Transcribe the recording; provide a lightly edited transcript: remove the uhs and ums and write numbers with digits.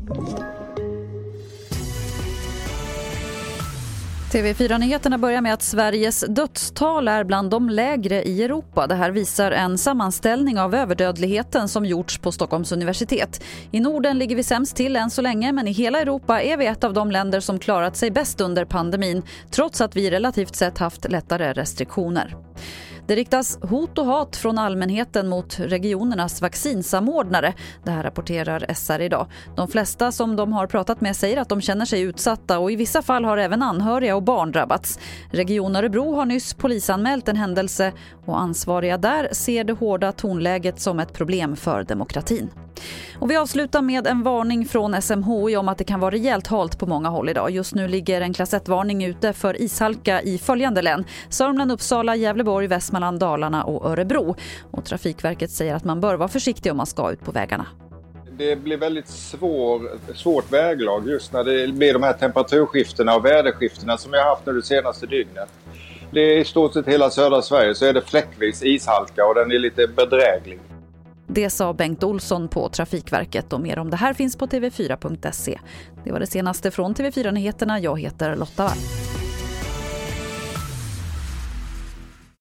TV4-nyheterna börjar med att Sveriges dödstal är bland de lägre i Europa. Det här visar en sammanställning av överdödligheten som gjorts på Stockholms universitet. I Norden ligger vi sämst till än så länge, men i hela Europa är vi ett av de länder som klarat sig bäst under pandemin, trots att vi relativt sett haft lättare restriktioner. Det riktas hot och hat från allmänheten mot regionernas vaccinsamordnare. Det här rapporterar SR idag. De flesta som de har pratat med säger att de känner sig utsatta och i vissa fall har även anhöriga och barn drabbats. Region Örebro har nyss polisanmält en händelse och ansvariga där ser det hårda tonläget som ett problem för demokratin. Och vi avslutar med en varning från SMHI om att det kan vara rejält halt på många håll idag. Just nu ligger en klass 1-varning ute för ishalka i följande län: Sörmland, Uppsala, Gävleborg, Västmanland, Dalarna och Örebro. Och Trafikverket säger att man bör vara försiktig om man ska ut på vägarna. Det blir väldigt svårt väglag just när det blir de här temperaturskiftena och väderskiftena som vi har haft nu det senaste dygnet. Det är i stort sett hela södra Sverige så är det fläckvis ishalka och den är lite bedräglig. Det sa Bengt Olsson på Trafikverket och mer om det här finns på tv4.se. Det var det senaste från TV4-nyheterna. Jag heter Lotta Wall.